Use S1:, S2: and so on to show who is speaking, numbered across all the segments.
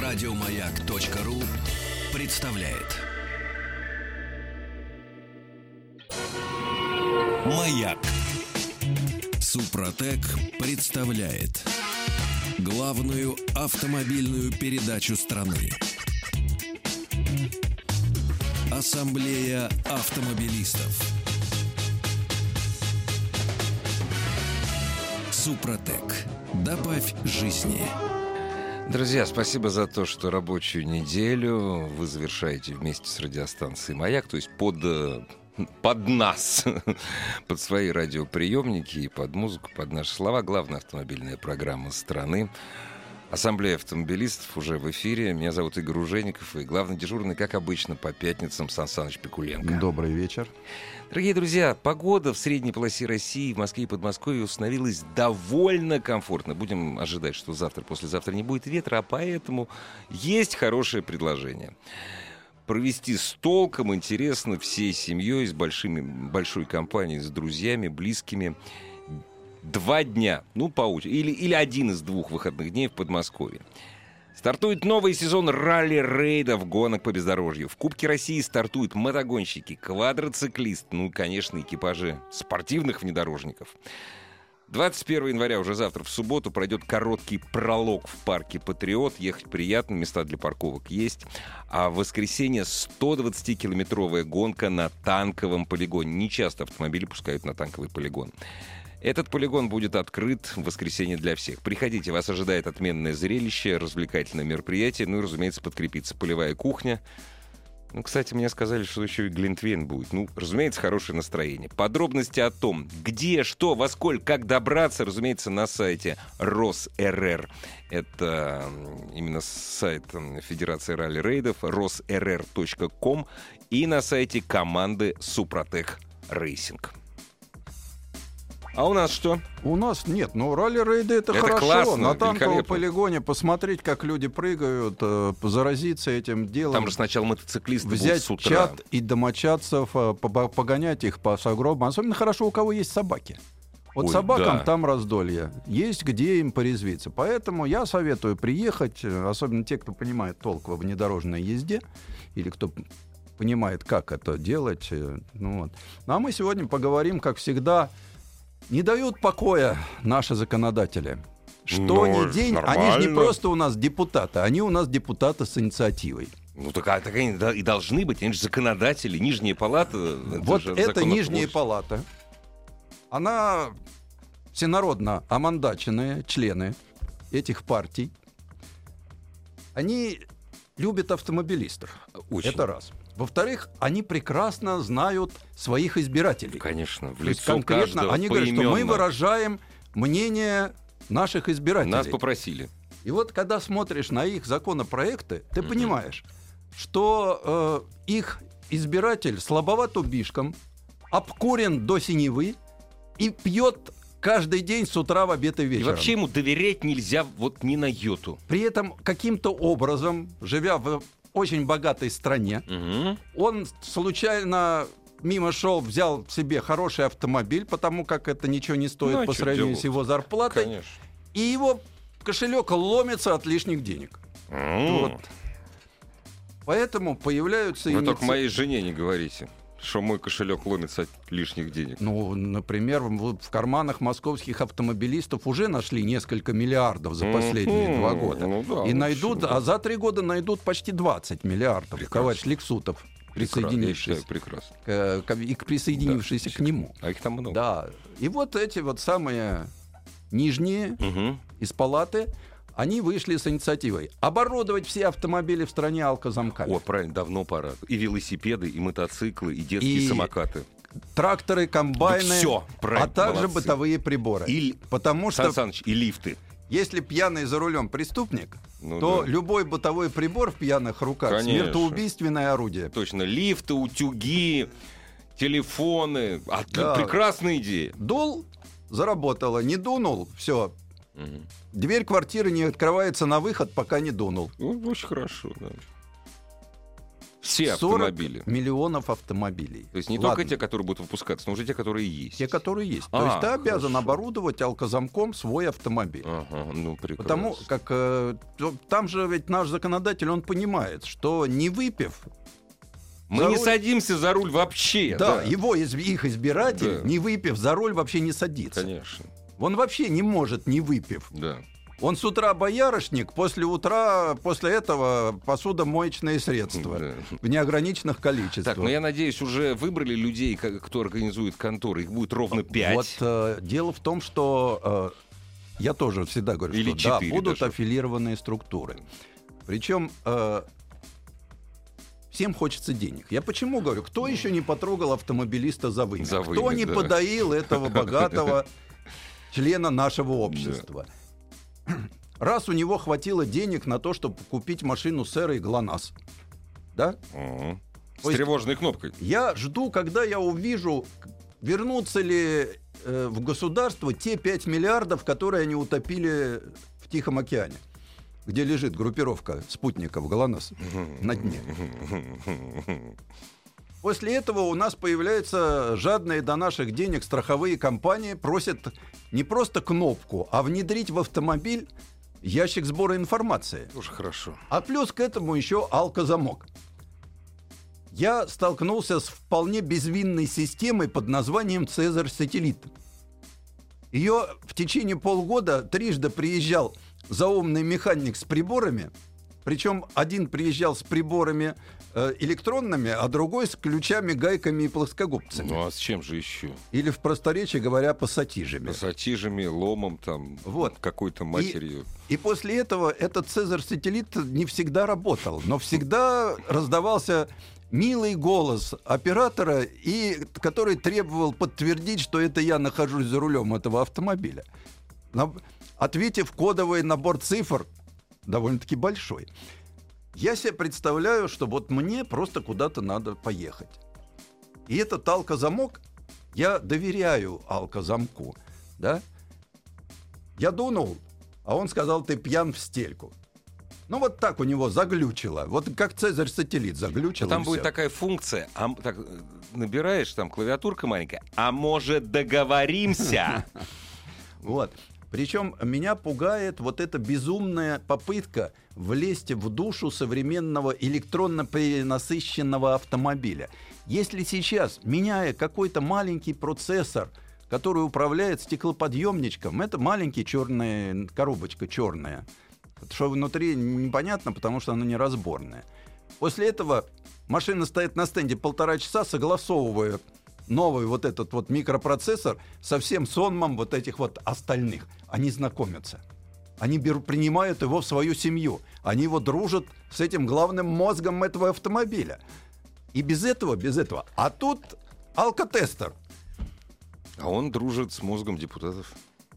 S1: Радиомаяк.ру представляет. Маяк. Супротек представляет главную автомобильную передачу страны. Ассамблея автомобилистов. Супротек. Добавь жизни.
S2: Друзья, спасибо за то, что рабочую неделю вы завершаете вместе с радиостанцией «Маяк», то есть под нас, под свои радиоприемники и под музыку, под наши слова. Главная автомобильная программа страны. Ассамблея автомобилистов уже в эфире. Меня зовут Игорь Ужеников, и главный дежурный, как обычно, по пятницам Сан Саныч Пикуленко.
S3: Добрый вечер.
S2: Дорогие друзья, погода в средней полосе России, в Москве и Подмосковье установилась довольно комфортно. Будем ожидать, что завтра, послезавтра не будет ветра, а поэтому есть хорошее предложение. Провести с толком, интересно, всей семьей, с большой компанией, с друзьями, близкими. 2 дня, или один из 2 выходных дней в Подмосковье. Стартует новый сезон ралли-рейдов, гонок по бездорожью. В Кубке России стартуют мотогонщики, квадроциклисты, конечно, экипажи спортивных внедорожников. 21 января, уже завтра, в субботу, пройдет короткий пролог в парке «Патриот». Ехать приятно, места для парковок есть. А в воскресенье 120-километровая гонка на танковом полигоне. Не часто автомобили пускают на танковый полигон. Этот полигон будет открыт в воскресенье для всех. Приходите, вас ожидает отменное зрелище, развлекательное мероприятие, и, разумеется, подкрепится полевая кухня. Кстати, мне сказали, что еще и глинтвейн будет. Разумеется, хорошее настроение. Подробности о том, где, что, во сколько, как добраться, разумеется, на сайте РосРР. Это именно сайт Федерации ралли-рейдов, rosrr.com, и на сайте команды Супротек Рейсинг. А у нас что?
S3: У нас нет, ралли-рейды это хорошо.
S2: Классно,
S3: на танковом полигоне посмотреть, как люди прыгают, заразиться этим делом.
S2: Там же сначала мотоциклисты
S3: взять
S2: будут с утра.
S3: чат и домочадцев, погонять их по сугробам. Особенно хорошо, у кого есть собаки. Собакам там раздолье. Есть где им порезвиться. Поэтому я советую приехать, особенно те, кто понимает толк во внедорожной езде, или кто понимает, как это делать. А мы сегодня поговорим, как всегда. Не дают покоя наши законодатели. Что ни день,
S2: нормально.
S3: Они же не просто у нас депутаты, они у нас депутаты с инициативой.
S2: Так они и должны быть, они же законодатели, нижняя палата.
S3: Это нижняя палата. Она всенародно омандаченные члены этих партий. Они любят автомобилистов.
S2: Очень.
S3: Это раз. Во-вторых, они прекрасно знают своих избирателей.
S2: Конечно, в
S3: То есть
S2: лицо
S3: конкретно
S2: каждого
S3: они говорят,
S2: поименно.
S3: что мы выражаем мнение наших избирателей.
S2: Нас попросили.
S3: И когда смотришь на их законопроекты, ты понимаешь, что их избиратель слабоват убишком, обкурен до синевы и пьет каждый день с утра, в обед и вечером.
S2: И вообще ему доверять нельзя ни на йоту.
S3: При этом каким-то образом, живя в очень богатой стране, он случайно мимо шел, взял себе хороший автомобиль, потому как это ничего не стоит по сравнению с его зарплатой.
S2: Конечно.
S3: И его кошелек ломится от лишних денег. Поэтому появляются...
S2: Вы только моей жене не говорите, что мой кошелек ломится от лишних денег.
S3: Например, в карманах московских автомобилистов уже нашли несколько миллиардов за последние 2 года. И найдут, а за 3 года найдут почти 20 миллиардов.
S2: Прекрасно.
S3: Товарищ Лексутов, присоединившийся присоединившийся к нему.
S2: А их там много.
S3: Да. И эти самые нижние из палаты, они вышли с инициативой оборудовать все автомобили в стране алкозамками.
S2: Правильно, давно пора. И велосипеды, и мотоциклы, и детские самокаты.
S3: Тракторы, комбайны,
S2: Всё, правильно,
S3: также
S2: молодцы.
S3: бытовые приборы.
S2: Потому что... Сан Саныч, и лифты.
S3: Если пьяный за рулем преступник, то любой бытовой прибор в пьяных руках — смертоубийственное орудие.
S2: Точно. Лифты, утюги, телефоны. Прекрасная идея.
S3: Дул — заработало. Не дунул — все. Дверь квартиры не открывается на выход, пока не дунул.
S2: Очень хорошо, да. Все автомобили.
S3: 40 миллионов автомобилей.
S2: То есть не только те, которые будут выпускаться, но уже те, которые есть.
S3: Те, которые есть. То есть ты обязан оборудовать алкозамком свой автомобиль.
S2: Ага, ну прекрасно.
S3: Потому как там же ведь наш законодатель, он понимает, что не выпив...
S2: Мы не садимся за руль вообще.
S3: Да, их избиратель, не выпив за руль, вообще не садится.
S2: Конечно.
S3: Он вообще не может, не выпив.
S2: Да.
S3: Он с утра боярышник, после этого посудомоечные средства в неограниченных количествах.
S2: Так, я надеюсь, уже выбрали людей, кто организует конторы. Их будет ровно 5.
S3: Вот дело в том, что я тоже всегда говорю,
S2: или
S3: что
S2: 4
S3: будут
S2: даже
S3: аффилированные структуры. Причем всем хочется денег. Я почему говорю? Кто еще не потрогал автомобилиста за вымя? Кто не подоил этого богатого члена нашего общества? Раз у него хватило денег на то, чтобы купить машину с эрой ГЛОНАСС, да?
S2: С тревожной кнопкой.
S3: Я жду, когда я увижу, вернутся ли в государство те 5 миллиардов, которые они утопили в Тихом океане, где лежит группировка спутников ГЛОНАСС на дне. После этого у нас появляются жадные до наших денег страховые компании, просят не просто кнопку, а внедрить в автомобиль ящик сбора информации.
S2: Тоже хорошо.
S3: А плюс к этому еще алкозамок. Я столкнулся с вполне безвинной системой под названием «Цезарь Сателлит». Ее в течение полгода трижды приезжал заумный механик с приборами, причем один приезжал с приборами электронными, а другой с ключами, гайками и плоскогубцами.
S2: Ну а с чем же еще?
S3: Или в просторечии говоря, пассатижами.
S2: Пассатижами, ломом, там, какой-то матерью.
S3: И после этого этот «Цезарь Сателлит» не всегда работал, но всегда раздавался милый голос оператора, который требовал подтвердить, что это я нахожусь за рулем этого автомобиля. Ответив кодовый набор цифр, довольно-таки большой, я себе представляю, что вот мне просто куда-то надо поехать. И этот алкозамок, я доверяю алкозамку, да? Я дунул, а он сказал: ты пьян в стельку. Ну вот так у него заглючило. Вот как «Цезарь Сателлит» заглючило.
S2: Там будет такая функция. Так, набираешь, там клавиатурка маленькая. А может, договоримся?
S3: Вот. Причем меня пугает вот эта безумная попытка влезть в душу современного электронно перенасыщенного автомобиля. Если сейчас, меняя какой-то маленький процессор, который управляет стеклоподъемничком, это маленькая черная коробочка черная, что внутри непонятно, потому что она неразборная. После этого машина стоит на стенде 1,5 часа, согласовывая новый вот этот вот микропроцессор со всем сонмом вот этих вот остальных. Они знакомятся. Они принимают его в свою семью. Они его дружат с этим главным мозгом этого автомобиля. И без этого. А тут алкотестер.
S2: А он дружит с мозгом депутатов.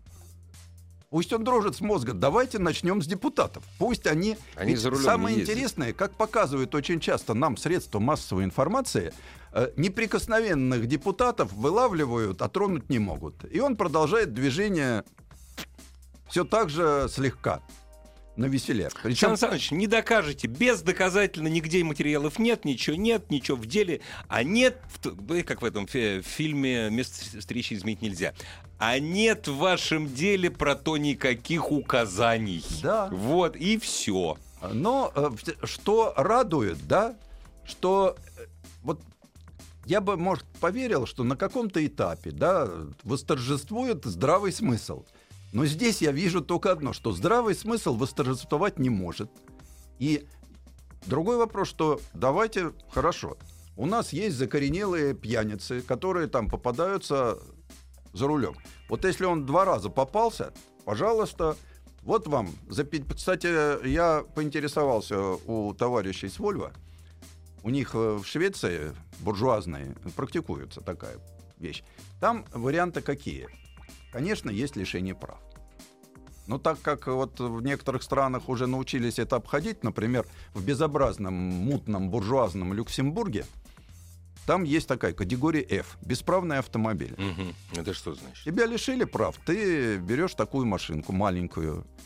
S3: Пусть он дружит с мозгом. Давайте начнем с депутатов. Пусть они
S2: за рулем
S3: самое
S2: не ездят.
S3: интересное, как показывают очень часто нам средства массовой информации, неприкосновенных депутатов вылавливают, а тронуть не могут. И он продолжает движение все так же слегка, навеселе.
S2: Александр Александрович, не докажете. Бездоказательно нигде материалов нет, ничего в деле. А нет, как в этом фильме «Место встречи изменить нельзя». А нет в вашем деле про то никаких указаний.
S3: Да.
S2: Вот, и все.
S3: Но что радует, да, что вот я бы, может, поверил, что на каком-то этапе, да, восторжествует здравый смысл. Но здесь я вижу только одно, что здравый смысл восторжествовать не может. И другой вопрос, что давайте, хорошо, у нас есть закоренелые пьяницы, которые там попадаются за рулем. Вот если он 2 раза попался, пожалуйста, вот вам. Кстати, я поинтересовался у товарищей с Volvo. У них в Швеции буржуазные практикуется такая вещь. Там варианты какие? Конечно, есть лишение прав. Но так как вот в некоторых странах уже научились это обходить, например, в безобразном, мутном, буржуазном Люксембурге, там есть такая категория F — бесправные автомобили.
S2: Это что значит?
S3: Тебя лишили прав, ты берешь такую машинку маленькую,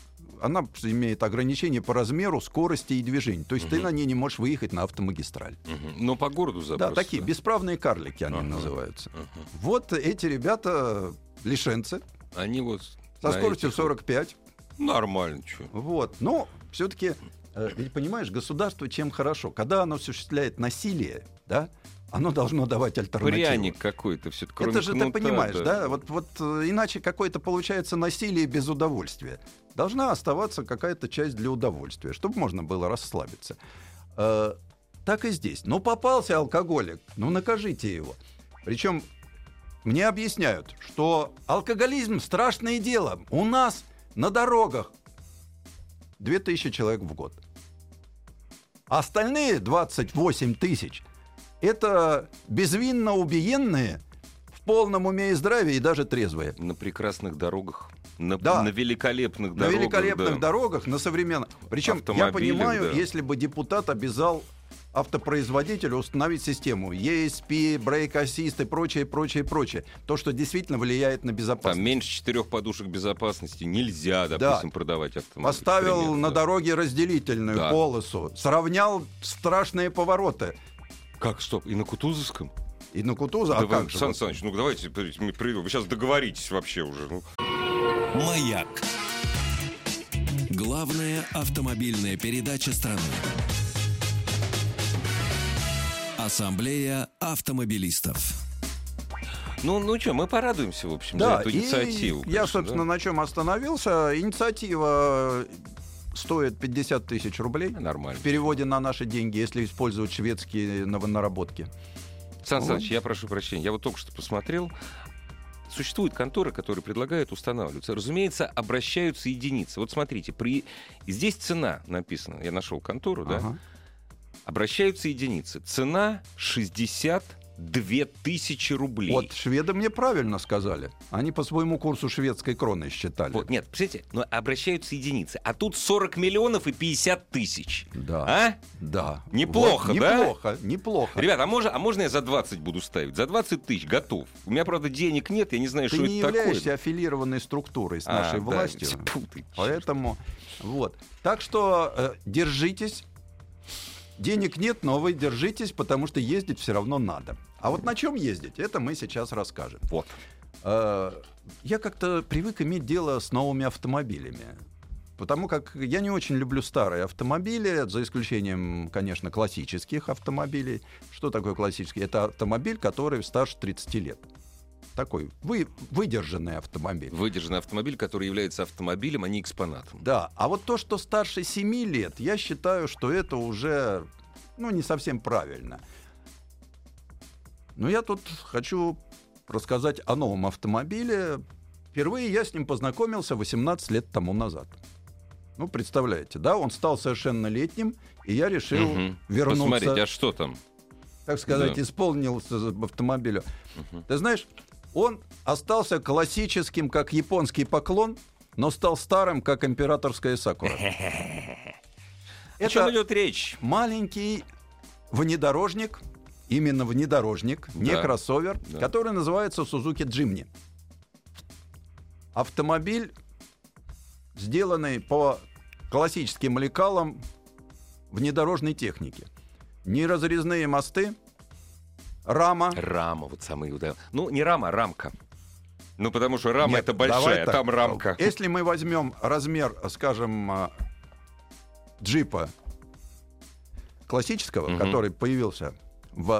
S3: она имеет ограничение по размеру, скорости и движению. То есть ты на ней не можешь выехать на автомагистраль.
S2: Но по городу запросто.
S3: Да, такие бесправные карлики они называются. Вот эти ребята, лишенцы,
S2: они вот
S3: со скоростью 45.
S2: Нормально, что.
S3: Вот. Но все-таки, ведь понимаешь, государство чем хорошо? Когда оно осуществляет насилие, да, оно должно давать альтернативу.
S2: Пряник какой-то все-таки.
S3: Это же ты понимаешь, да? Вот иначе какое-то получается насилие без удовольствия. Должна оставаться какая-то часть для удовольствия, чтобы можно было расслабиться. Так и здесь. Ну, попался алкоголик, ну, накажите его. Причем мне объясняют, что алкоголизм — страшное дело. У нас на дорогах 2000 человек в год. Остальные 28 тысяч — это безвинно убиенные, в полном уме и здравии, и даже трезвые.
S2: На прекрасных дорогах. На великолепных
S3: дорогах. На великолепных
S2: да.
S3: дорогах, на современных. Причем я понимаю, если бы депутат обязал автопроизводителю установить систему ESP, Brake Assist и прочее. То, что действительно влияет на безопасность.
S2: Там меньше 4 подушек безопасности нельзя, допустим, продавать автомобиль.
S3: Поставил на дороге разделительную полосу, сравнял страшные повороты.
S2: Как, стоп, и на Кутузовском?
S3: И на Кутузовском.
S2: Да, Сан Саныч, ну давайте, вы сейчас договоритесь вообще уже.
S1: «Маяк». Главная автомобильная передача страны. Ассамблея автомобилистов.
S2: Ну что, мы порадуемся, в общем, за эту инициативу.
S3: Конечно, я, собственно, на чем остановился. Инициатива стоит 50 тысяч рублей.
S2: Нормально.
S3: В переводе на наши деньги, если использовать шведские наработки.
S2: Сан Саныч, я прошу прощения. Я вот только что посмотрел. Существуют конторы, которые предлагают устанавливаться. Разумеется, обращаются единицы. Вот смотрите, здесь цена написана. Я нашел контору, да? Обращаются единицы. Цена 62 тысячи рублей.
S3: Вот шведы мне правильно сказали. Они по своему курсу шведской кроны считали.
S2: Вот, нет, представляете, но обращаются единицы. А тут 40 миллионов и 50 тысяч.
S3: Да.
S2: А?
S3: Да.
S2: Неплохо,
S3: вот,
S2: да?
S3: Неплохо.
S2: Ребята, а можно я за 20 буду ставить? За 20 тысяч готов. У меня, правда, денег нет, я не знаю, что это такое.
S3: Ты не являешься аффилированной структурой с нашей властью. Поэтому, вот. Так что держитесь. Денег нет, но вы держитесь, потому что ездить все равно надо. А вот на чем ездить, это мы сейчас расскажем.
S2: Вот.
S3: Я как-то привык иметь дело с новыми автомобилями. Потому как я не очень люблю старые автомобили, за исключением, конечно, классических автомобилей. Что такое классический? Это автомобиль, который старше 30 лет. Такой выдержанный автомобиль.
S2: Выдержанный автомобиль, который является автомобилем, а не экспонатом.
S3: Да, а вот то, что старше 7 лет, я считаю, что это уже, не совсем правильно. Но я тут хочу рассказать о новом автомобиле. Впервые я с ним познакомился 18 лет тому назад. Представляете, да, он стал совершеннолетним, и я решил вернуться.
S2: Посмотрите, а что там?
S3: Так сказать, исполнился автомобилю. Ты знаешь, он остался классическим, как японский поклон, но стал старым, как императорская сакура.
S2: О чем идет речь?
S3: Маленький внедорожник, именно внедорожник, не кроссовер, который называется Suzuki Jimny. Автомобиль, сделанный по классическим лекалам внедорожной техники. Неразрезные мосты, рама.
S2: Рама, вот самый удар. Не рама, а рамка. Потому что рама это большая, а там рамка.
S3: Если мы возьмем размер, скажем, джипа классического, который появился в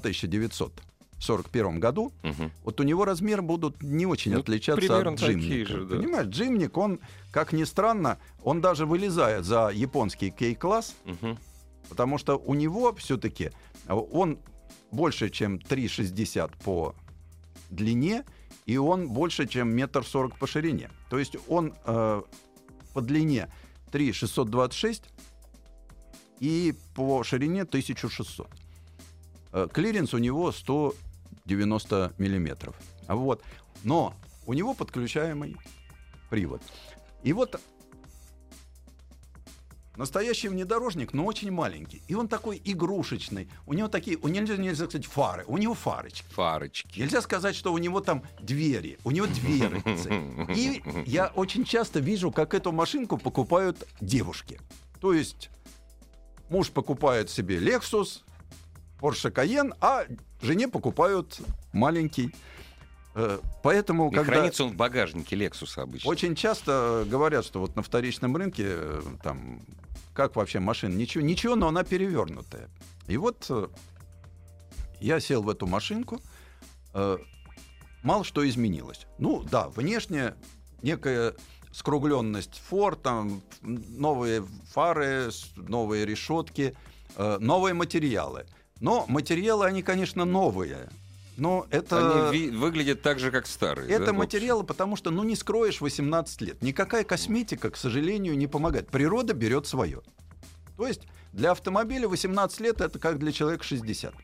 S3: 1941 году, вот у него размеры будут не очень отличаться от Джимника. Понимаешь, Джимник, он, как ни странно, он даже вылезает за японский K-класс, потому что у него все-таки он больше, чем 3,60 по длине, и он больше, чем 1,40 м по ширине. То есть он по длине 3,626 и по ширине 1600. Клиренс у него 190 миллиметров. Вот. Но у него подключаемый привод. И вот Настоящий внедорожник, но очень маленький. И он такой игрушечный. У него такие, нельзя сказать фары, у него фарочки.
S2: Фарочки.
S3: Нельзя сказать, что у него там двери, у него дверцы. И я очень часто вижу, как эту машинку покупают девушки. То есть муж покупает себе Lexus, Porsche Cayenne, а жене покупают маленький. Поэтому,
S2: и хранится он в багажнике Lexus обычно.
S3: Очень часто говорят, что вот на вторичном рынке там как вообще машина, ничего, но она перевернутая. И вот я сел в эту машинку, мало что изменилось. Ну да, внешне некая скругленность фор, там новые фары, новые решетки, новые материалы. Но материалы, они, конечно, новые. Но это...
S2: Они выглядят так же, как старые.
S3: Это материалы, потому что, не скроешь 18 лет. Никакая косметика, к сожалению, не помогает. Природа берет свое. То есть для автомобиля 18 лет — это как для человека 60.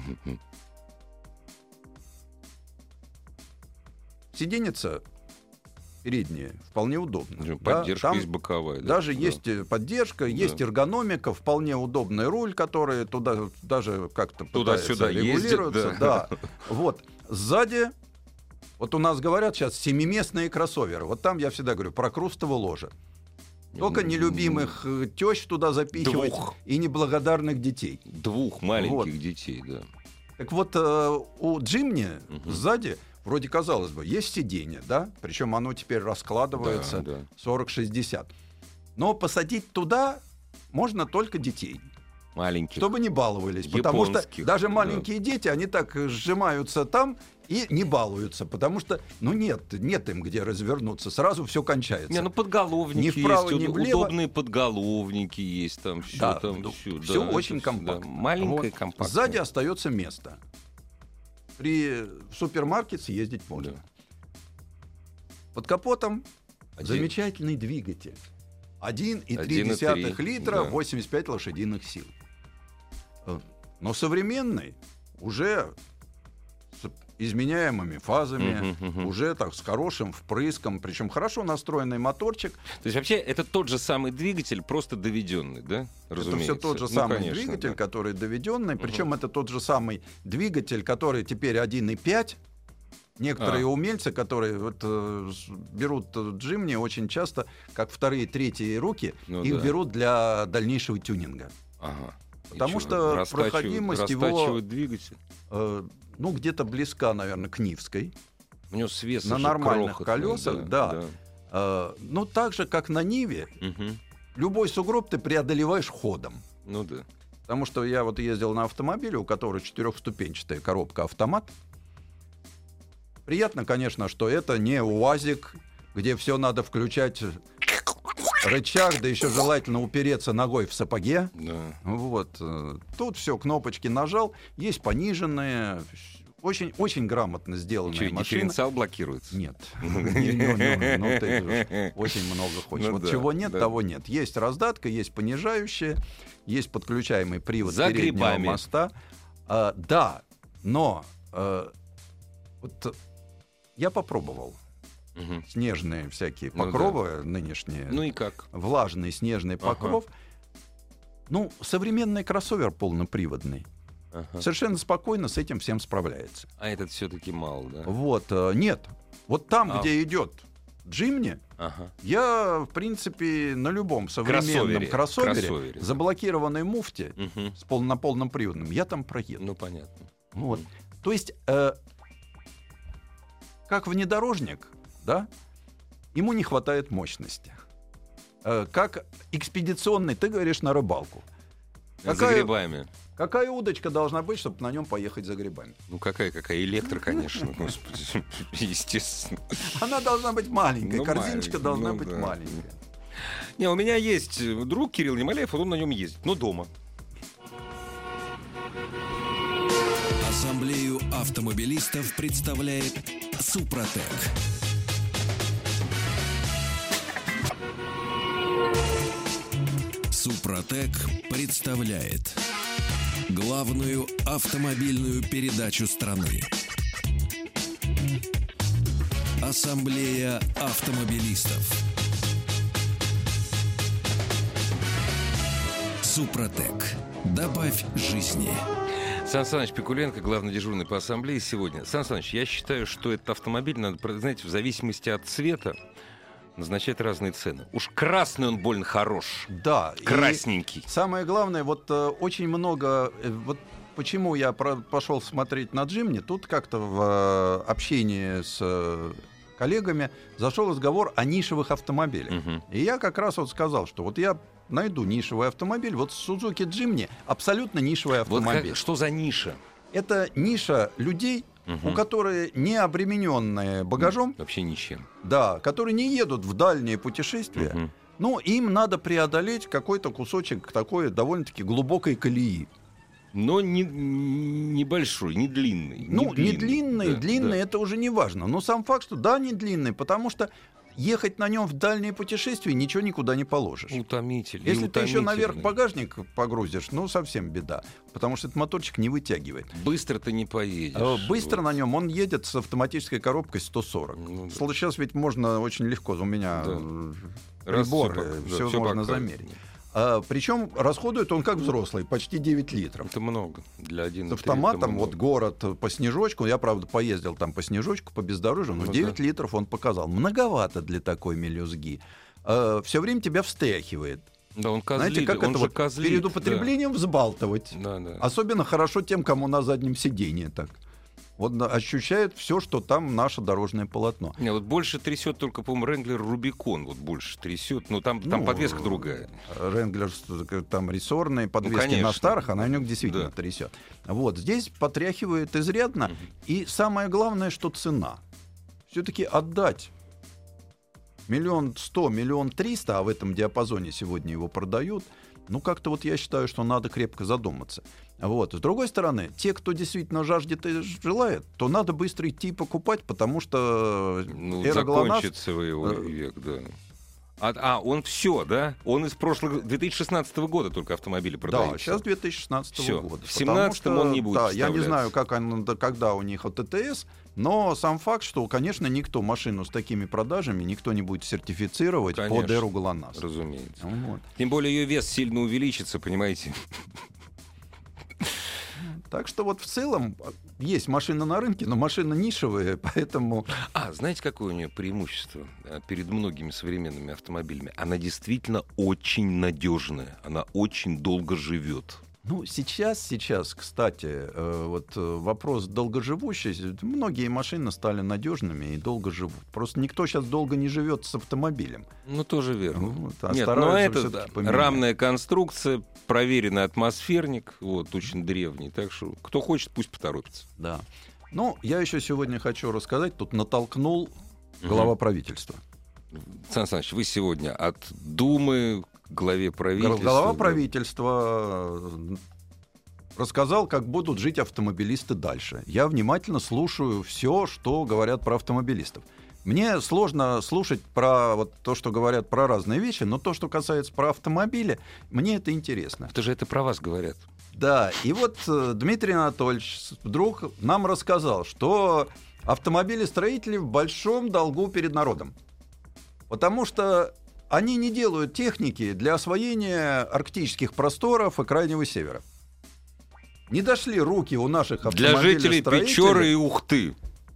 S3: Сиденьица передняя вполне удобна.
S2: Поддержка есть боковая.
S3: Даже есть поддержка, есть эргономика, вполне удобный руль, который туда даже как-то
S2: туда-сюда
S3: регулируется.
S2: Ездит, да.
S3: Вот. Сзади, вот у нас говорят сейчас семиместные кроссоверы. Вот там я всегда говорю про крустово ложе. Только нелюбимых тещ туда запихивать и неблагодарных детей.
S2: 2 маленьких детей, да.
S3: Так вот, у Джимни сзади вроде, казалось бы, есть сиденье, да? Причем оно теперь раскладывается 40-60. Но посадить туда можно только детей.
S2: Маленьких.
S3: Чтобы не баловались. Потому что даже маленькие дети, они так сжимаются там и не балуются. Потому что, нет им где развернуться. Сразу все кончается.
S2: Подголовники
S3: ни вправо,
S2: есть,
S3: ни влево.
S2: удобные подголовники есть, там все.
S3: Все очень компактно.
S2: Маленькое, компактное.
S3: Сзади остается место. В супермаркет съездить можно. Да. Под капотом замечательный двигатель. 1,3 литра, 85 лошадиных сил. Но современный, уже с изменяемыми фазами, уже так с хорошим впрыском, причем хорошо настроенный моторчик.
S2: То есть вообще это тот же самый двигатель, просто доведенный, да? Разумеется.
S3: Это все тот же самый двигатель, который доведенный, причем это тот же самый двигатель, который теперь 1,5. Некоторые умельцы, которые берут Джимни, очень часто, как вторые, третьи руки, берут для дальнейшего тюнинга. Потому что проходимость его
S2: двигатель.
S3: Где-то близка, наверное, к Нивской.
S2: У него свес
S3: на нормальных колесах, да. Но так же, как на Ниве, любой сугроб ты преодолеваешь ходом.
S2: Ну да.
S3: Потому что я ездил на автомобиле, у которого 4-ступенчатая коробка-автомат. Приятно, конечно, что это не УАЗик, где все надо включать рычаг, да еще желательно упереться ногой в сапоге. Да. Тут все, кнопочки нажал, есть пониженные, очень, очень грамотно сделанная машина.
S2: Дифференциал блокируется?
S3: Нет. Ты очень много хочешь. Чего нет, того нет. Есть раздатка, есть понижающая, есть подключаемый привод переднего моста. Да, но я попробовал. Снежные всякие покровы нынешние.
S2: Ну и как?
S3: Влажный снежный покров. Современный кроссовер полноприводный. Совершенно спокойно с этим всем справляется.
S2: А этот все-таки мало, да?
S3: Нет. Вот там, где идет Джимни, я, в принципе, на любом современном кроссовере заблокированной муфте на полном приводном, я там проеду.
S2: Ну, понятно.
S3: То есть, как внедорожник, да, ему не хватает мощности. Как экспедиционный, ты говоришь, на рыбалку.
S2: За грибами.
S3: Какая удочка должна быть, чтобы на нем поехать за грибами?
S2: Какая электро, конечно, господи, естественно.
S3: Она должна быть маленькая, корзиночка должна быть маленькая.
S2: У меня есть друг Кирилл Немоляев, он на нем ездит, но дома.
S1: Ассамблею автомобилистов представляет Супротек. Супротек представляет главную автомобильную передачу страны. Ассамблея автомобилистов. Супротек. Добавь жизни.
S2: Сан Саныч Пикуленко, главный дежурный по ассамблее сегодня. Сан Саныч, я считаю, что этот автомобиль надо, знаете, в зависимости от цвета назначать разные цены. Уж красный он больно хорош.
S3: Да.
S2: Красненький.
S3: Самое главное, вот очень много... Вот почему я пошел смотреть на Джимни, тут как-то в общении с коллегами зашел разговор о нишевых автомобилях. И я как раз вот сказал, что вот я найду нишевый автомобиль. Вот Suzuki Jimny абсолютно нишевый автомобиль.
S2: Вот что за ниша?
S3: Это ниша людей, у которых не обремененные багажом.
S2: Вообще ничем.
S3: Да, которые не едут в дальние путешествия. Ну, им надо преодолеть какой-то кусочек такой довольно-таки глубокой колеи.
S2: Но небольшой, не длинный.
S3: Ну, не длинный, это уже не важно. Но сам факт, что да, не длинный, потому что ехать на нем в дальние путешествия ничего никуда не положишь.
S2: Утомитель.
S3: Если ты еще наверх багажник погрузишь, ну, совсем беда. Потому что этот моторчик не вытягивает.
S2: Быстро ты не поедешь.
S3: Быстро на нем он едет с автоматической коробкой 140. Ну, да. Сейчас ведь можно очень легко. У меня приборы, все можно замерить. Причем расходует он как взрослый, почти 9 литров.
S2: Это много для 1.3.
S3: С автоматом, вот город по снежочку, я, правда, поездил там по снежочку, по бездорожью, но 9 литров он показал. Многовато для такой мелюзги. Все время тебя встряхивает.
S2: Да, он козлит.
S3: Знаете, как это вот перед употреблением взбалтывать.
S2: Да.
S3: Особенно хорошо тем, кому на заднем сиденье так. Вот ощущает все, что там наше дорожное полотно.
S2: Не, вот больше трясет только, по-моему, Ренглер Рубикон. Вот больше трясет. Но там подвеска другая.
S3: Ренглер, там рессорные подвески на старых, а на нем действительно трясет. Вот здесь потряхивает изрядно. И самое главное, что цена. Все-таки отдать 1 100 000, 1 300 000, а в этом диапазоне сегодня его продают. Ну, как-то вот я считаю, что надо крепко задуматься. Вот. С другой стороны, те, кто действительно жаждет и желает, то надо быстро идти покупать, потому что эра ГЛОНАСС...
S2: закончится его век, да. Он все, да? Он из прошлого 2016 года только автомобили продается.
S3: Да, сейчас 2016 года.
S2: В 17-м он не будет
S3: Да, я не знаю, когда у них ТТС, но сам факт, что, конечно, никто машину с такими продажами никто не будет сертифицировать под эру ГЛОНАСС.
S2: Разумеется.
S3: Вот.
S2: Тем более ее вес сильно увеличится, понимаете?
S3: Так что вот в целом есть машина на рынке, но машина нишевая, поэтому...
S2: Знаете, какое у нее преимущество перед многими современными автомобилями? Она действительно очень надежная, она очень долго живет.
S3: Ну, сейчас, кстати, вот вопрос долгоживущий. Многие машины стали надежными и долго живут. Просто никто сейчас долго не живет с автомобилем.
S2: Ну, тоже верно.
S3: Вот,
S2: Нет, но это рамная конструкция, проверенный атмосферник, вот, очень древний. Так что, кто хочет, пусть поторопится.
S3: Да. Ну, я еще сегодня хочу рассказать. Тут натолкнул глава правительства.
S2: Сан Саныч, вы сегодня от Думы... Глава
S3: правительства рассказал, как будут жить автомобилисты дальше. Я внимательно слушаю все, что говорят про автомобилистов. Мне сложно слушать про вот то, что говорят про разные вещи, но то, что касается про автомобили, мне это интересно.
S2: Это про вас говорят.
S3: Да, и вот Дмитрий Анатольевич вдруг нам рассказал, что автомобилестроители в большом долгу перед народом. Потому что они не делают техники для освоения арктических просторов и Крайнего Севера. Не дошли руки у наших автомобилестроителей.
S2: Для жителей Печоры и Ухты.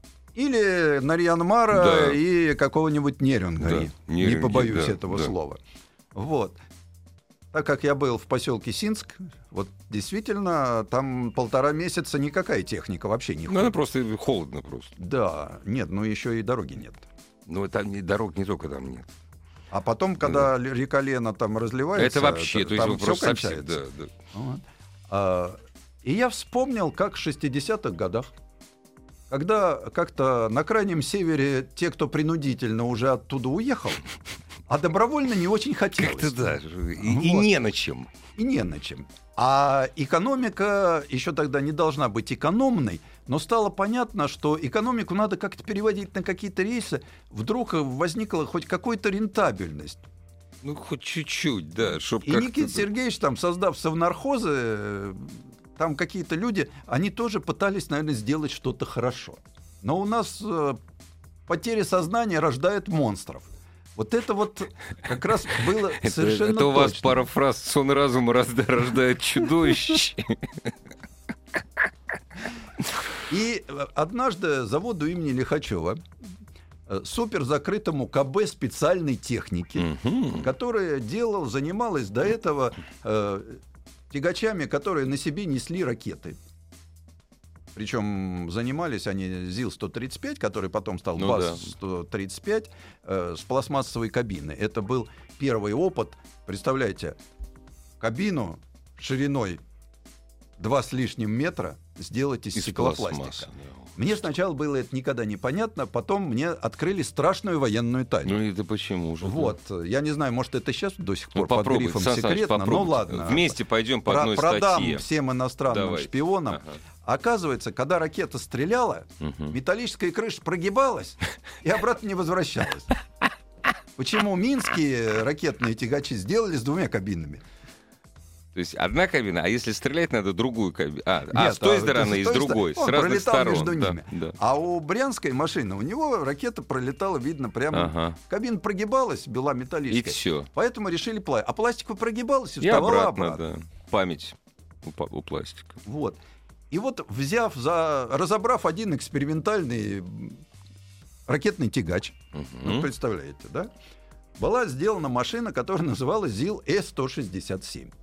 S3: Или Нарьян-Мара и какого-нибудь Нерюнгри. Не побоюсь этого слова. Вот. Так как я был в поселке Синск, вот действительно, там 1,5 месяца никакая техника вообще не ходит.
S2: Она просто холодно просто.
S3: Да, нет, еще и дороги нет.
S2: Ну, там дорог не только там нет.
S3: А потом, когда река Лена там разливается...
S2: Это вообще, то есть
S3: там все кончается.
S2: Совсем,
S3: Вот. И я вспомнил, как в 60-х годах, когда как-то на Крайнем Севере те, кто принудительно уже оттуда уехал, а добровольно не очень хотелось.
S2: Как-то да. И не на чем.
S3: И не на чем. А экономика еще тогда не должна быть экономной, но стало понятно, что экономику надо как-то переводить на какие-то рейсы. Вдруг возникла хоть какая-то рентабельность.
S2: Ну, хоть чуть-чуть, да.
S3: И Никита Сергеевич, там, создав совнархозы, там какие-то люди, они тоже пытались, наверное, сделать что-то хорошо. Но у нас потеря сознания рождает монстров. Вот это вот как раз было совершенно
S2: Это у вас
S3: точно.
S2: пара фраз «сон разума рождает чудовище».
S3: И однажды заводу имени Лихачева, суперзакрытому КБ специальной техники, которая занималась до этого тягачами, которые на себе несли ракеты. Причем занимались они ЗИЛ-135, который потом стал БАЗ-135, с пластмассовой кабиной. Это был первый опыт. Представляете, кабину шириной 2 с лишним метра сделать из стеклопластика. Мне сначала было это никогда не понятно, потом мне открыли страшную военную тайну.
S2: Ну это почему же?
S3: Вот, я не знаю, может, это сейчас до сих пор под грифом секретно, но ладно.
S2: Вместе пойдем по одной
S3: продам
S2: статье.
S3: Всем иностранным шпионам. Оказывается, когда ракета стреляла, металлическая крыша прогибалась и обратно не возвращалась. Почему минские ракетные тягачи сделали с 2 кабинами?
S2: То есть одна кабина, а если стрелять, надо другую кабину. С той стороны и с другой, с разных сторон.
S3: Между ними. Да. А у брянской машины, у него ракета пролетала, видно, прямо. Кабина прогибалась, была металлическая.
S2: И все.
S3: Поэтому решили пластик. А пластиковая прогибалась и вставала обратно.
S2: Да. Память у пластика.
S3: Вот. И вот разобрав один экспериментальный ракетный тягач, вы представляете, да? Была сделана машина, которая называлась ЗИЛ-Э-167.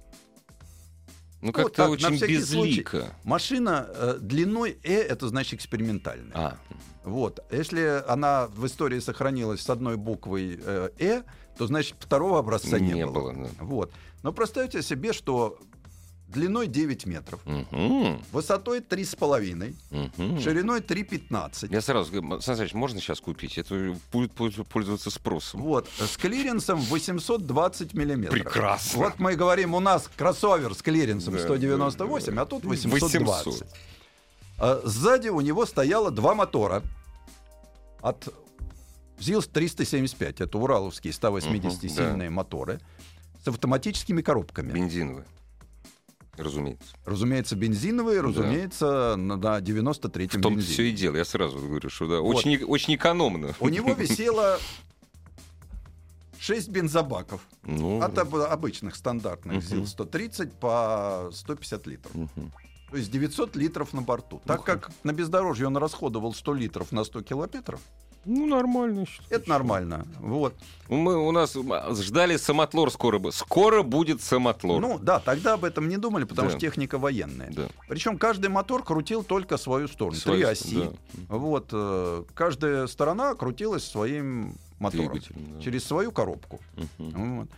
S2: Ну, как-то вот очень безлико.
S3: Машина длиной это значит экспериментальная. Вот. Если она в истории сохранилась с одной буквой то значит второго образца не было.
S2: Да.
S3: Вот. Но представьте себе, что длиной 9 метров, высотой 3,5, шириной 3,15.
S2: Я сразу говорю, Сан Саныч, можно сейчас купить? Это будет пользоваться спросом.
S3: Вот, с клиренсом 820 миллиметров.
S2: Прекрасно.
S3: Вот мы говорим, у нас кроссовер с клиренсом 198, а тут 820. Сзади у него стояло 2 мотора от ЗИЛ-375. Это ураловские 180-сильные моторы с автоматическими коробками.
S2: Бензиновые.
S3: Разумеется, бензиновые, разумеется, на 93-м
S2: В том
S3: бензине.
S2: все и дело. Я сразу говорю, что да, вот. очень экономно.
S3: У него висело 6 бензобаков от обычных стандартных ЗИЛ-130 по 150 литров. То есть 900 литров на борту. Так как на бездорожье он расходовал 100 литров на 100 километров,
S2: нормально.
S3: Это нормально. Вот.
S2: У нас ждали самотлор скоро. Скоро будет самотлор.
S3: Ну да, тогда об этом не думали, потому что техника военная. Да. Причем каждый мотор крутил только свою сторону. 3 оси. Да. Вот. Каждая сторона крутилась своим мотором. Через свою коробку. Вот.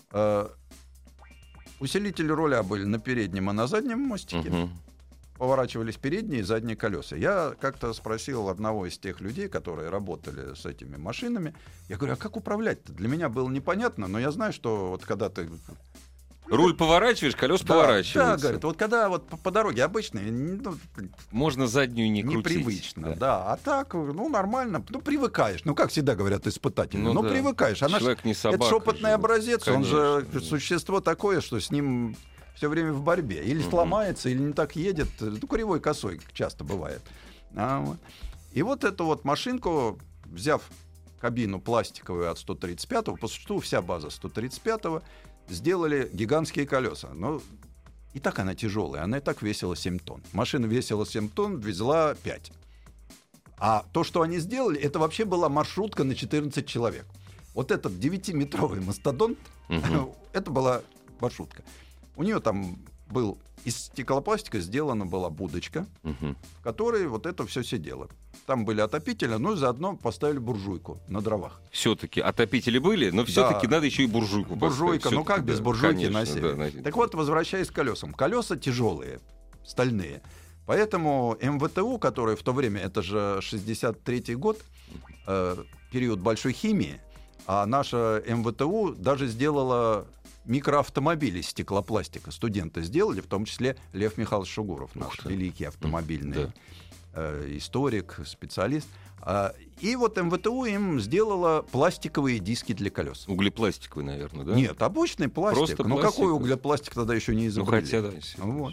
S3: Усилители руля были на переднем и на заднем мостике. Поворачивались передние и задние колеса. Я как-то спросил одного из тех людей, которые работали с этими машинами. Я говорю, а как управлять-то? Для меня было непонятно, но я знаю, что вот когда ты...
S2: Руль поворачиваешь, колеса поворачиваются.
S3: Да, говорит, вот когда вот по дороге обычной...
S2: можно заднюю не крутить.
S3: Непривычно, да. А так, нормально. Привыкаешь. Как всегда говорят испытатели. Привыкаешь.
S2: Человек не собака.
S3: Это же опытный образец.
S2: Конечно,
S3: он же существо такое, что с ним... все время в борьбе. Или сломается, или не так едет. Кривой косой часто бывает. И вот эту вот машинку, взяв кабину пластиковую от 135-го, по существу вся база 135-го, сделали гигантские колеса. Но и так она тяжелая. Она и так весила 7 тонн. Машина весила 7 тонн, везла 5. А то, что они сделали, это вообще была маршрутка на 14 человек. Вот этот 9-метровый мастодонт, это была маршрутка. У нее там был из стеклопластика сделана была будочка, в которой вот это все сидело. Там были отопители, но заодно поставили буржуйку на дровах.
S2: Все-таки отопители были, но все-таки надо еще и буржуйку поставить.
S3: Буржуйка, как без буржуйки
S2: конечно,
S3: на севере. Так вот, возвращаясь к колесам. Колеса тяжелые, стальные. Поэтому МВТУ, который в то время, это же 63-й год, период большой химии, а наша МВТУ даже сделала микроавтомобили из стеклопластика. Студенты сделали, в том числе Лев Михайлович Шугуров, наш великий автомобильный историк, специалист. И вот МВТУ им сделала пластиковые диски для колес.
S2: Углепластиковый, наверное, да?
S3: Нет, обычный пластик.
S2: Просто
S3: какой углепластик тогда еще не изобрели?
S2: Хотя, да.
S3: Вот.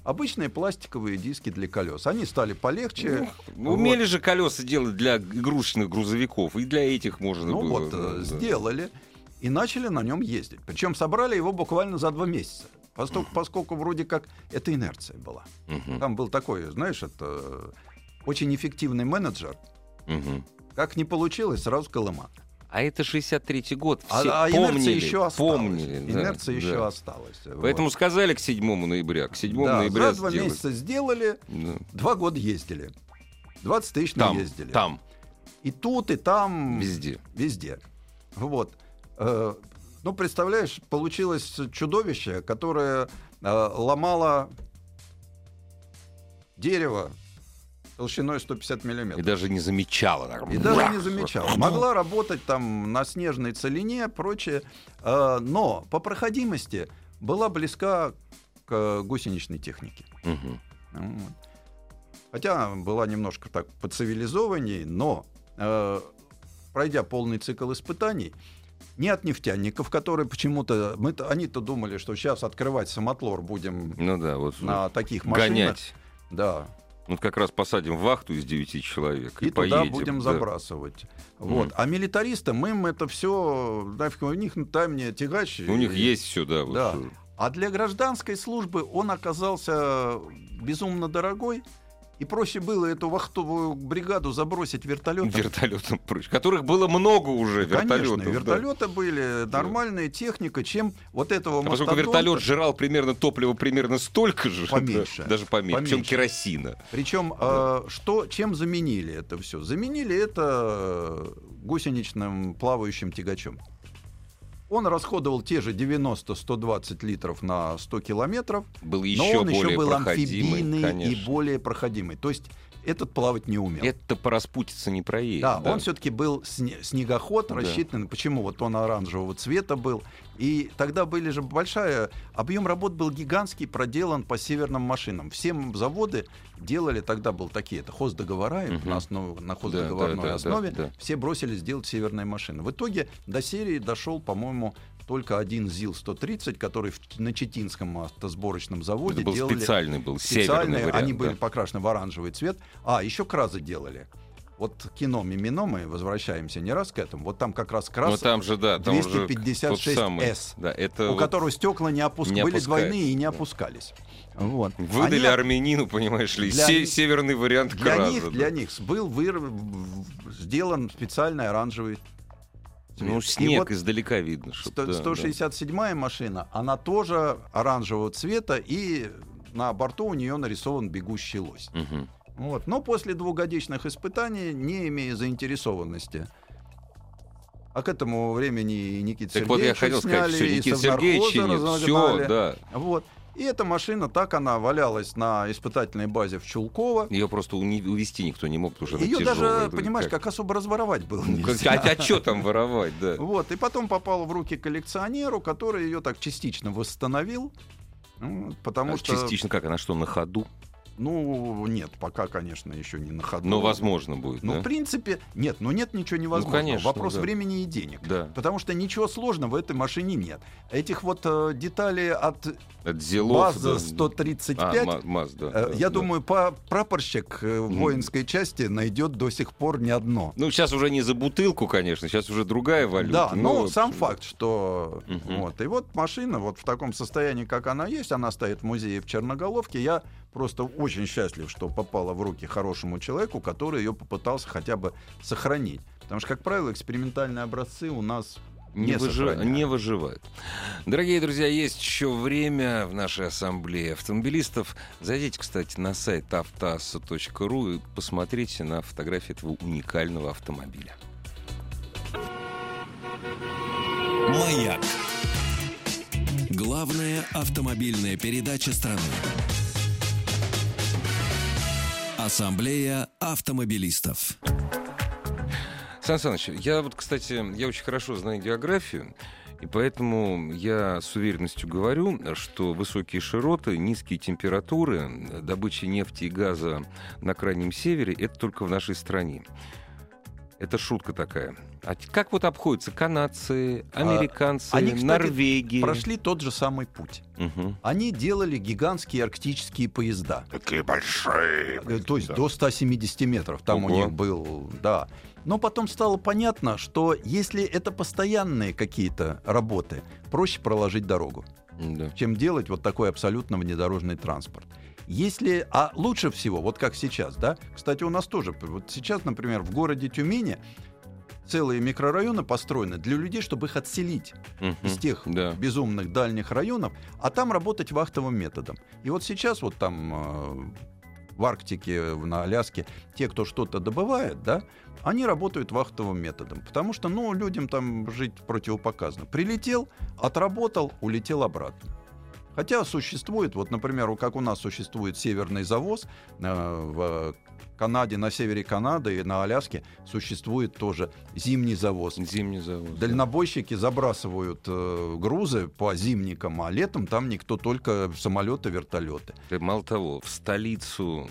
S3: обычные пластиковые диски для колес. Они стали полегче.
S2: Умели же колеса делать для игрушечных грузовиков, и для этих можно было.
S3: Сделали и начали на нем ездить. Причем собрали его буквально за 2 месяца. Поскольку вроде как это инерция была. Там был такой, знаешь, это очень эффективный менеджер. Как не получилось, сразу колыма.
S2: А это 63-й год. Все
S3: инерция еще осталась.
S2: Помнили,
S3: инерция еще осталась.
S2: Поэтому сказали к 7 ноября. К 7 ноября
S3: за 2 месяца сделали, 2 года ездили. 20 тысяч ездили.
S2: Там.
S3: И тут, и там.
S2: Везде.
S3: Вот. Представляешь, получилось чудовище, которое ломало дерево толщиной 150 миллиметров.
S2: И даже не замечала.
S3: Могла работать там на снежной целине, прочее. Но по проходимости была близка к гусеничной технике. Хотя была немножко так поцивилизованней, но пройдя полный цикл испытаний, не от нефтяников, которые почему-то... Они-то думали, что сейчас открывать самотлор будем на таких машинах.
S2: Гонять.
S3: Да.
S2: Как раз посадим вахту из 9 человек и
S3: туда
S2: поедем.
S3: Будем забрасывать. Вот. А милитаристам им это все... У них дай мне тягач.
S2: У них есть все, да.
S3: А для гражданской службы он оказался безумно дорогой. И проще было эту вахтовую бригаду забросить вертолетом.
S2: Которых было много уже, вертолетов.
S3: Конечно, вертолеты были, нормальная техника, чем вот этого мастодонта.
S2: Поскольку вертолет жрал топлива примерно столько же.
S3: Поменьше.
S2: Даже поменьше. Причем керосина.
S3: Причем чем заменили это все? Заменили это гусеничным плавающим тягачом. Он расходовал те же 90-120 литров на 100 километров, но он еще был амфибийный и более проходимый. То есть этот плавать не умел.
S2: Это по распутице не проедет.
S3: Да, он все-таки был снегоход, рассчитанный. Почему? Вот он оранжевого цвета был. И тогда были же объем работ был гигантский, проделан по северным машинам. Все заводы делали, тогда был такие, это хоздоговора, на хоздоговорной основе. Все бросились делать северные машины. В итоге до серии дошел, по-моему, только один ЗИЛ-130, который на Читинском автосборочном заводе делали.
S2: Специальный северный вариант.
S3: Они были покрашены в оранжевый цвет. И еще кразы делали. Вот кино «Мимино», мы возвращаемся не раз к этому. Вот там как раз крас 256С, у которого стекла не были двойные и не опускались. Вот.
S2: Выдали армянину, понимаешь ли, северный вариант краза.
S3: Для них был сделан специальный оранжевый цвет.
S2: Снег издалека видно.
S3: 167-я машина, она тоже оранжевого цвета, и на борту у нее нарисован бегущий лось. Но после 2-годичных испытаний, не имея заинтересованности, а к этому времени Никита Сергеевича сняли, и Совнархоза разогнали. И эта машина, так она валялась на испытательной базе в Чулково.
S2: Ее просто увезти никто не мог, потому что
S3: ее даже, понимаешь, как особо разворовать было нельзя.
S2: А что там воровать, да.
S3: И потом попала в руки коллекционеру, который ее так частично восстановил. Потому что...
S2: Частично как? Она что, на ходу?
S3: Нет, пока, конечно, еще не на ходу.
S2: Но возможно будет.
S3: В принципе, нет ничего невозможного.
S2: Конечно,
S3: вопрос времени и денег.
S2: Да.
S3: Потому что ничего сложного в этой машине нет. Этих деталей от
S2: ЗИЛов,
S3: МАЗ-135, я думаю, прапорщик воинской части найдет до сих пор не одно.
S2: Сейчас уже не за бутылку, конечно, сейчас уже другая валюта.
S3: Да, но сам факт, что... И вот машина в таком состоянии, как она есть, она стоит в музее в Черноголовке. Я просто очень счастлив, что попала в руки хорошему человеку, который ее попытался хотя бы сохранить. Потому что, как правило, экспериментальные образцы у нас не
S2: выживают. Дорогие друзья, есть еще время в нашей ассамблее автомобилистов. Зайдите, кстати, на сайт автоасса.ру и посмотрите на фотографии этого уникального автомобиля.
S1: «Маяк». Главная автомобильная передача страны. Ассамблея автомобилистов.
S2: Сан Саныч, я очень хорошо знаю географию, и поэтому я с уверенностью говорю, что высокие широты, низкие температуры, добыча нефти и газа на Крайнем Севере — это только в нашей стране. Это шутка такая. А как вот обходятся канадцы, американцы,
S3: они, кстати,
S2: Норвегии?
S3: Прошли тот же самый путь.
S2: Угу.
S3: Они делали гигантские арктические поезда.
S2: Такие большие.
S3: То есть до 170 метров там у них был, да. Но потом стало понятно, что если это постоянные какие-то работы, проще проложить дорогу, чем делать вот такой абсолютно внедорожный транспорт. А лучше всего, вот как сейчас, да, кстати, у нас тоже, вот сейчас, например, в городе Тюмени целые микрорайоны построены для людей, чтобы их отселить из тех безумных дальних районов, а там работать вахтовым методом. И вот сейчас вот там в Арктике, на Аляске, те, кто что-то добывает, да, они работают вахтовым методом, потому что, людям там жить противопоказано. Прилетел, отработал, улетел обратно. Хотя существует, вот, например, как у нас существует северный завоз, в Канаде, на севере Канады и на Аляске существует тоже зимний завоз. Дальнобойщики забрасывают грузы по зимникам, а летом там никто, только самолеты, вертолеты.
S2: Мало того, в столицу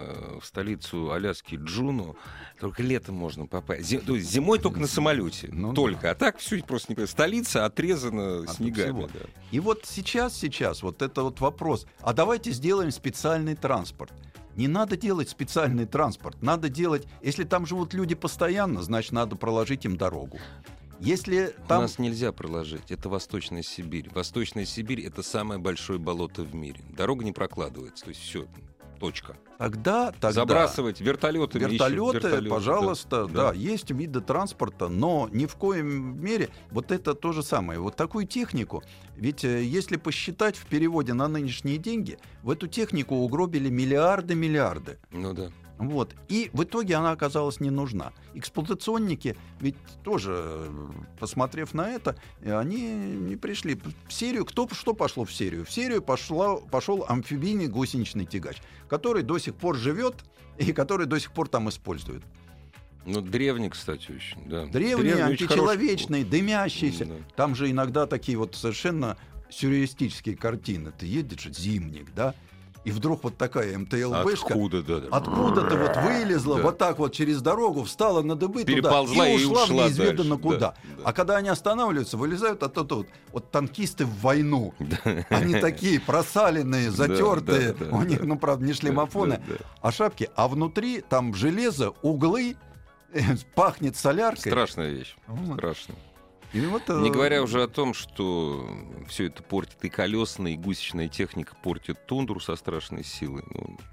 S2: Аляски Джуну только летом можно попасть. То есть зимой только на самолете. Только. Да. А так все просто не понятно. Столица отрезана снегами. Да.
S3: И вот сейчас вот это вот вопрос. А давайте сделаем специальный транспорт. Не надо делать специальный транспорт. Надо делать... Если там живут люди постоянно, значит, надо проложить им дорогу. Если там...
S2: У нас нельзя проложить. Это Восточная Сибирь. Восточная Сибирь — это самое большое болото в мире. Дорога не прокладывается. То есть все, точка.
S3: Тогда...
S2: Забрасывать вертолеты,
S3: пожалуйста, да, есть виды транспорта, но ни в коем мере вот это то же самое. Вот такую технику, ведь если посчитать в переводе на нынешние деньги, в эту технику угробили миллиарды.
S2: Ну да.
S3: Вот. И в итоге она оказалась не нужна. Эксплуатационники ведь тоже, посмотрев на это, они не пришли в серию. Что пошло в серию? В серию пошел амфибийный гусеничный тягач, который до сих пор живет и который до сих пор там используют.
S2: Древний, кстати, очень. Да.
S3: Древний, античеловечный, дымящийся. Да. Там же иногда такие вот совершенно сюрреалистические картины. Ты едешь, зимник, да? И вдруг вот такая МТЛБшка откуда-то вот вылезла, вот так вот через дорогу, встала на дыбы туда и ушла в неизведанно куда. Да. А когда они останавливаются, вылезают оттуда вот танкисты в войну. Они такие просаленные, затертые. У них, правда, не шлемофоны, а шапки. А внутри там железо, углы, пахнет соляркой.
S2: Страшная вещь. Страшно. Не говоря уже о том, что все это портит и колесная, и гусечная техника портит тундру со страшной силой.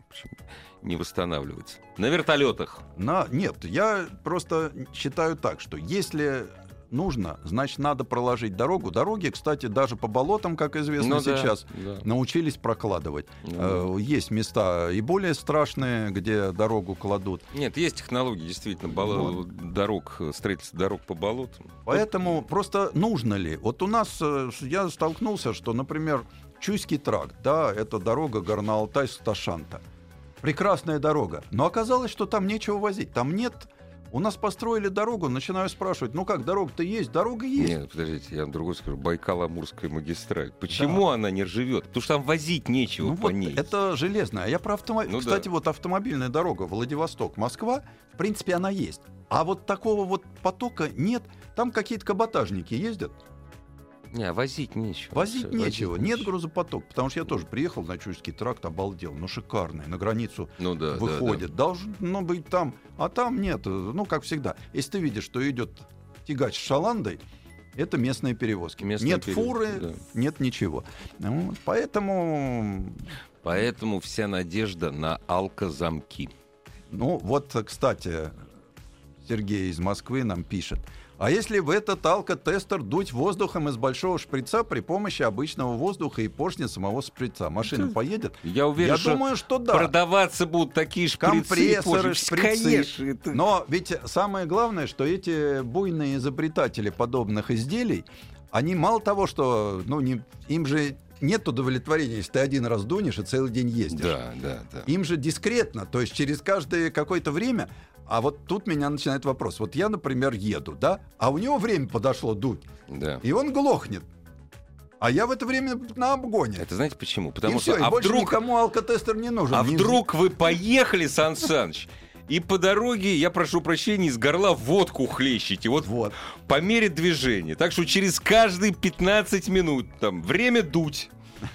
S2: Не восстанавливается. На вертолетах.
S3: Нет, я просто считаю так, что если нужно, значит, надо проложить дорогу. Дороги, кстати, даже по болотам, как известно сейчас, научились прокладывать. Есть места и более страшные, где дорогу кладут.
S2: Нет, есть технологии, действительно, строительство дорог по болотам.
S3: Поэтому просто нужно ли? Вот у нас, я столкнулся, что, например, Чуйский тракт, да, это дорога Горно-Алтайск-Ташанта. Прекрасная дорога. Но оказалось, что там нечего возить. Там нет... У нас построили дорогу, начинаю спрашивать, как, дорога-то есть? Дорога есть.
S2: Нет, подождите, я вам другой скажу. Байкало-Амурская магистраль. Почему она не живет? Потому что там возить нечего по ней.
S3: Это железная. А я про автомобиль. Кстати, вот автомобильная дорога Владивосток-Москва, в принципе, она есть. А вот такого вот потока нет. Там какие-то каботажники ездят.
S2: Возить нечего.
S3: Возить нечего. Нет грузопотока. Потому что я тоже приехал на Чуйский тракт, обалдел. Шикарный. На границу выходит. Должно быть там. А там нет. Как всегда. Если ты видишь, что идет тягач с шаландой, это местные перевозки. Нет фуры, нет ничего. Поэтому
S2: вся надежда на алкозамки.
S3: Кстати, Сергей из Москвы нам пишет. А если в этот алкотестер дуть воздухом из большого шприца при помощи обычного воздуха и поршня самого шприца? Машина поедет?
S2: Я уверен,
S3: думаю, что да.
S2: Продаваться будут такие шприцы.
S3: Компрессоры, шприцы. Конечно, Но ведь самое главное, что эти буйные изобретатели подобных изделий, они мало того, что им же нет удовлетворения, если ты один раз дунешь и целый день ездишь.
S2: Да.
S3: Им же дискретно, то есть через каждое какое-то время. А вот тут меня начинает вопрос. Вот я, например, еду, да, а у него время подошло дуть, и он глохнет. А я в это время на обгоне.
S2: Это знаете почему? Потому
S3: что
S2: больше
S3: никому алкотестер не нужен.
S2: Вдруг вы поехали, Сан Саныч, И по дороге, я прошу прощения, из горла водку хлещете. Вот. По мере движения. Так что через каждые 15 минут там время дуть.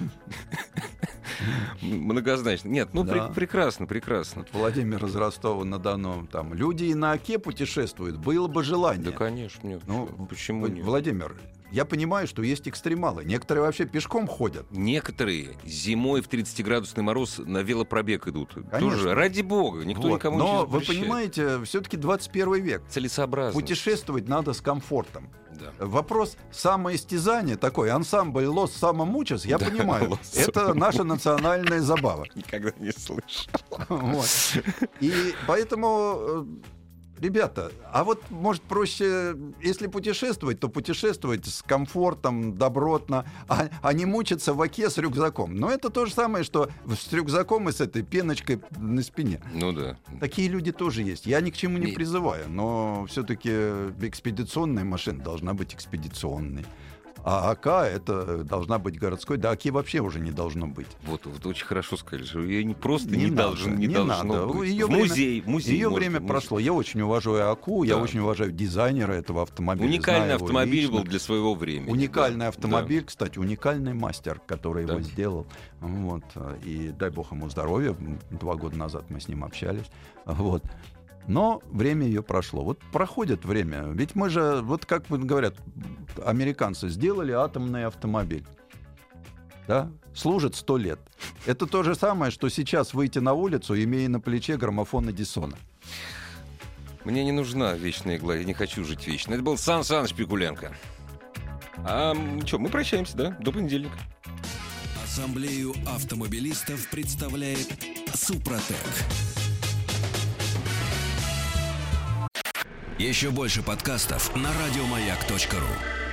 S2: Многозначно. Нет, прекрасно.
S3: Владимир из Ростова-на-Дону. Там люди и на оке путешествуют. Было бы желание.
S2: Да, конечно. Нет. Почему нет?
S3: Владимир, я понимаю, что есть экстремалы. Некоторые вообще пешком ходят.
S2: Некоторые зимой в 30-градусный мороз на велопробег идут.
S3: Конечно.
S2: Тоже, ради бога, никто никому не запрещает.
S3: Но вы понимаете, все-таки 21 век.
S2: Целесообразно.
S3: Путешествовать надо с комфортом.
S2: Да.
S3: Вопрос самоистязания, такой ансамбль «Лос самомучес», я понимаю, это наша национальная забава.
S2: Никогда не слышал.
S3: И поэтому... Ребята, а вот, может, проще, если путешествовать, то путешествовать с комфортом, добротно, а не мучиться в оке с рюкзаком. Но это то же самое, что с рюкзаком и с этой пеночкой на спине.
S2: Ну да.
S3: Такие люди тоже есть. Я ни к чему не призываю, но все-таки экспедиционная машина должна быть экспедиционной. А АК это должна быть городской. Да, АКи вообще уже не должно быть.
S2: Вот очень хорошо сказали, что ее не просто не должно быть.
S3: Ее
S2: музей.
S3: Ее время прошло. Я очень уважаю АКу, я очень уважаю дизайнера этого автомобиля.
S2: Уникальный автомобиль был для своего времени.
S3: Уникальный автомобиль, кстати, уникальный мастер, который его сделал. Вот. И дай бог ему здоровья. 2 года назад мы с ним общались. Вот. Но время ее прошло. Вот проходит время. Ведь мы же, вот как говорят, американцы сделали атомный автомобиль. Да? Служит 100 лет. Это то же самое, что сейчас выйти на улицу, имея на плече граммофон Эдисона.
S2: Мне не нужна вечная игла, я не хочу жить вечно. Это был Сан Саныч Пикуленко. Мы прощаемся, да? До понедельника.
S1: Ассамблею автомобилистов представляет Супротек. Еще больше подкастов на радиомаяк.ру.